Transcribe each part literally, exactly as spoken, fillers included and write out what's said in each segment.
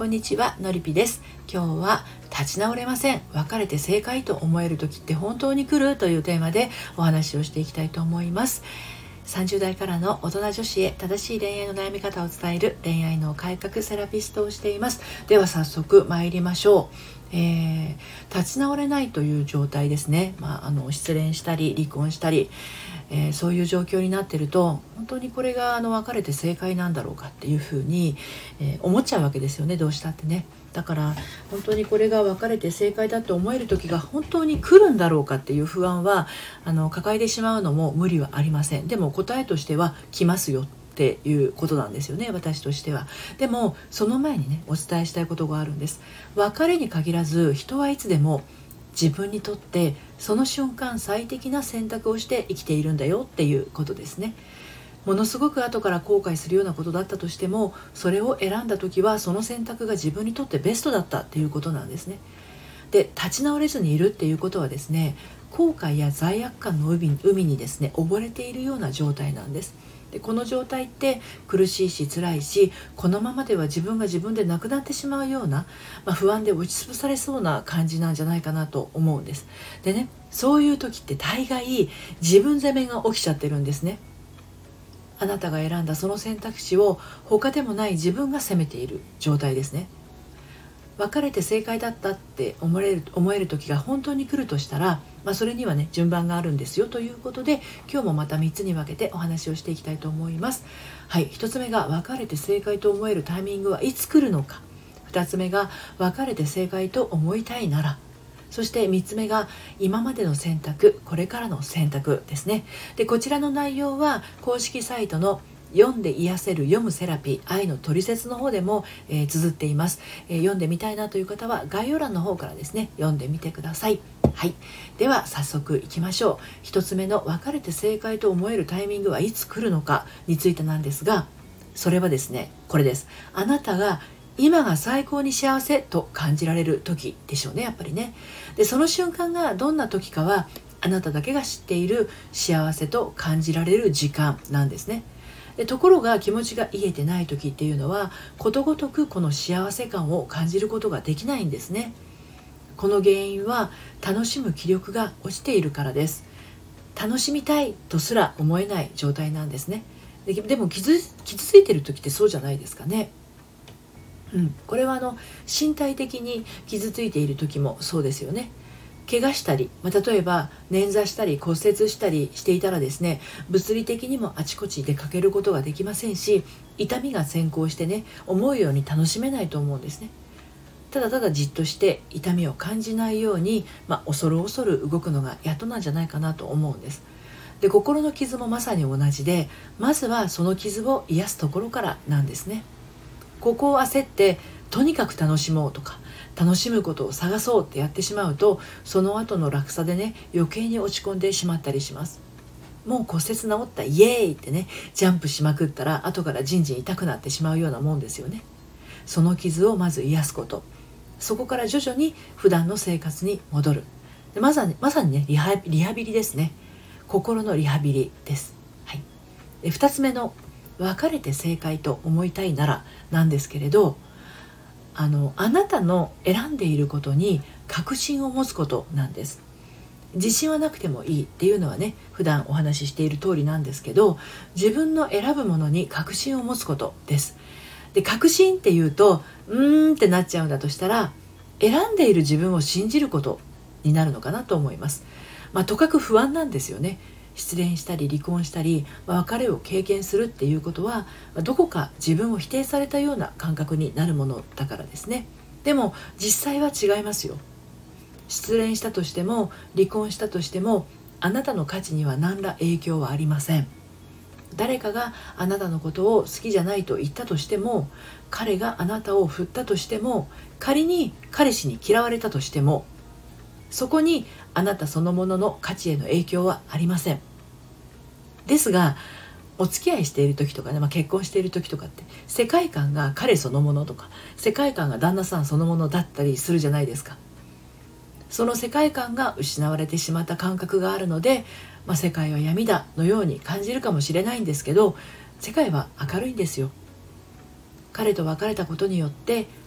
こんにちは、のりぴです。今日は立ち直れません、別れて正解と思える時って本当に来るというテーマでお話をしていきたいと思います。さんじゅう代からの大人女子へ正しい恋愛の悩み方を伝える恋愛の改革セラピストをしています。では早速参りましょう。えー、立ち直れないという状態ですね。まあ、あの失恋したり離婚したり、えー、そういう状況になっていると、本当にこれがあの別れて正解なんだろうかっていうふうに、えー、思っちゃうわけですよね。どうしたってね。だから本当にこれが別れて正解だと思える時が本当に来るんだろうかっていう不安はあの抱えてしまうのも無理はありません。でも答えとしては来ますよっていうことなんですよね、私としては。でもその前にね、お伝えしたいことがあるんです。別れに限らず、人はいつでも自分にとってその瞬間最適な選択をして生きているんだよっていうことですね。ものすごく後から後悔するようなことだったとしても、それを選んだ時はその選択が自分にとってベストだったっていうことなんですね。で、立ち直れずにいるっていうことはですね、後悔や罪悪感の海海にですね溺れているような状態なんです。でこの状態って苦しいし辛いし、このままでは自分が自分でなくなってしまうような、まあ、不安で押しつぶされそうな感じなんじゃないかなと思うんです。でね、そういう時って大概自分責めが起きちゃってるんですね。あなたが選んだその選択肢を他でもない自分が責めている状態ですね。別れて正解だったって思える思える時が本当に来るとしたら、まあ、それにはね順番があるんですよということで、今日もまたみっつに分けてお話をしていきたいと思います。はい、ひとつめが別れて正解と思えるタイミングはいつ来るのか。ふたつめが別れて正解と思いたいなら。そしてみっつめが今までの選択、これからの選択ですね。でこちらの内容は公式サイトの読んで癒せる読むセラピー愛のトリセツの方でも、えー、綴っています、えー、読んでみたいなという方は概要欄の方からですね読んでみてください。はい、では早速いきましょう。ひとつめの別れて正解と思えるタイミングはいつ来るのかについてなんですが、それはですねこれです。あなたが今が最高に幸せと感じられる時でしょうね、やっぱりね。でその瞬間がどんな時かはあなただけが知っている幸せと感じられる時間なんですね。でところが気持ちが癒えてない時っていうのはことごとくこの幸せ感を感じることができないんですね。この原因は楽しむ気力が落ちているからです。楽しみたいとすら思えない状態なんですね。で、でも傷、傷ついてる時ってそうじゃないですかね。うん、これはあの身体的に傷ついている時もそうですよね。怪我したり、まあ、例えば捻挫したり骨折したりしていたらですね、物理的にもあちこち出かけることができませんし、痛みが先行してね思うように楽しめないと思うんですね。ただただじっとして痛みを感じないように、まあ、恐る恐る動くのがやっとなんじゃないかなと思うんです。で心の傷もまさに同じで、まずはその傷を癒すところからなんですね。ここを焦ってとにかく楽しもうとか楽しむことを探そうってやってしまうと、その後の落差でね余計に落ち込んでしまったりします。もう骨折治ったイエーイってねジャンプしまくったら後からじんじん痛くなってしまうようなもんですよね。その傷をまず癒すこと、そこから徐々に普段の生活に戻る。でまさにまさにねリハ、リハビリですね。心のリハビリです。はい、でふたつめの別れて正解と思いたいならなんですけれど、あのあなたの選んでいることに確信を持つことなんです。自信はなくてもいいっていうのはね普段お話ししている通りなんですけど、自分の選ぶものに確信を持つことです。で確信っていうとうーんってなっちゃうんだとしたら、選んでいる自分を信じることになるのかなと思います。まあ、とかく不安なんですよね。失恋したり離婚したり、まあ、別れを経験するっていうことはどこか自分を否定されたような感覚になるものだからですね。でも実際は違いますよ。失恋したとしても離婚したとしてもあなたの価値には何ら影響はありません。誰かがあなたのことを好きじゃないと言ったとしても、彼があなたを振ったとしても、仮に彼氏に嫌われたとしても、そこにあなたそのものの価値への影響はありません。ですがお付き合いしている時とかね、まあ、結婚している時とかって世界観が彼そのものとか世界観が旦那さんそのものだったりするじゃないですか。その世界観が失われてしまった感覚があるので、まあ、世界は闇だのように感じるかもしれないんですけど、世界は明るいんですよ。彼と別れたことによって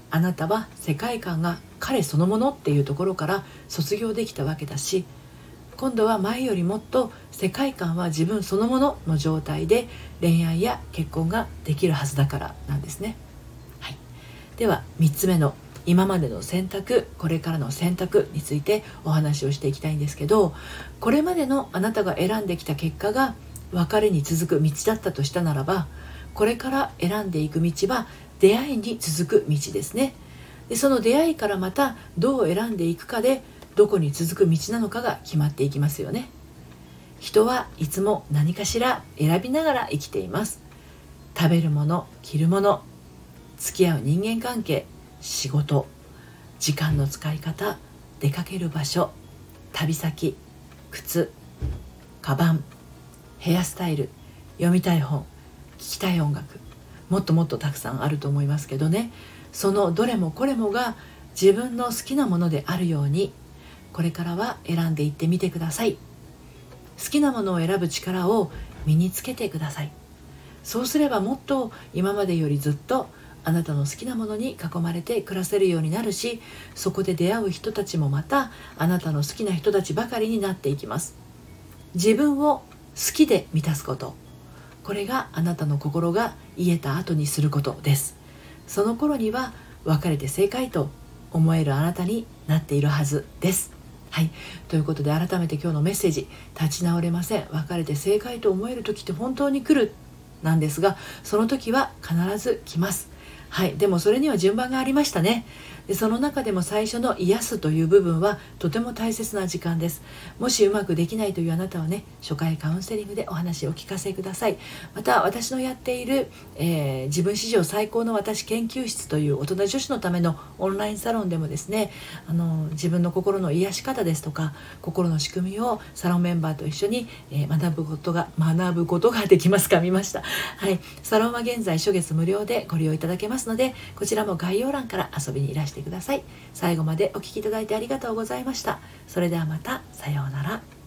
あなたは世界観が彼そのものっていうところから卒業できたわけだし、今度は前よりもっと世界観は自分そのものの状態で恋愛や結婚ができるはずだからなんですね。はい、ではみっつめの今までの選択、これからの選択についてお話をしていきたいんですけど、これまでのあなたが選んできた結果が別れに続く道だったとしたならば、これから選んでいく道は出会いに続く道ですね。でその出会いからまたどう選んでいくかで、どこに続く道なのかが決まっていきますよね。人はいつも何かしら選びながら生きています。食べるもの、着るもの、付き合う人間関係、仕事、時間の使い方、出かける場所、旅先、靴、カバン、ヘアスタイル、読みたい本、聴きたい音楽、もっともっとたくさんあると思いますけどね、そのどれもこれもが自分の好きなものであるように、これからは選んでいってみてください。好きなものを選ぶ力を身につけてください。そうすればもっと今までよりずっとあなたの好きなものに囲まれて暮らせるようになるし、そこで出会う人たちもまたあなたの好きな人たちばかりになっていきます。自分を好きで満たすこと、これがあなたの心が癒えた後にすることです。その頃には別れて正解と思えるあなたになっているはずです。はい、ということで改めて今日のメッセージ、立ち直れません、別れて正解と思える時って本当に来るなんですが、その時は必ず来ます。はい、でもそれには順番がありましたね。でその中でも最初の癒すという部分はとても大切な時間です。もしうまくできないというあなたはね、初回カウンセリングでお話をお聞かせください。また私のやっている、えー、自分史上最高の私研究室という大人女子のためのオンラインサロンでもですね、あの自分の心の癒し方ですとか心の仕組みをサロンメンバーと一緒に、えー、学ぶことが学ぶことができますか見ました。はい、サロンは現在初月無料でご利用いただけますので、こちらも概要欄から遊びにいらしてください。最後までお聞きいただいてありがとうございました。それではまた、さようなら。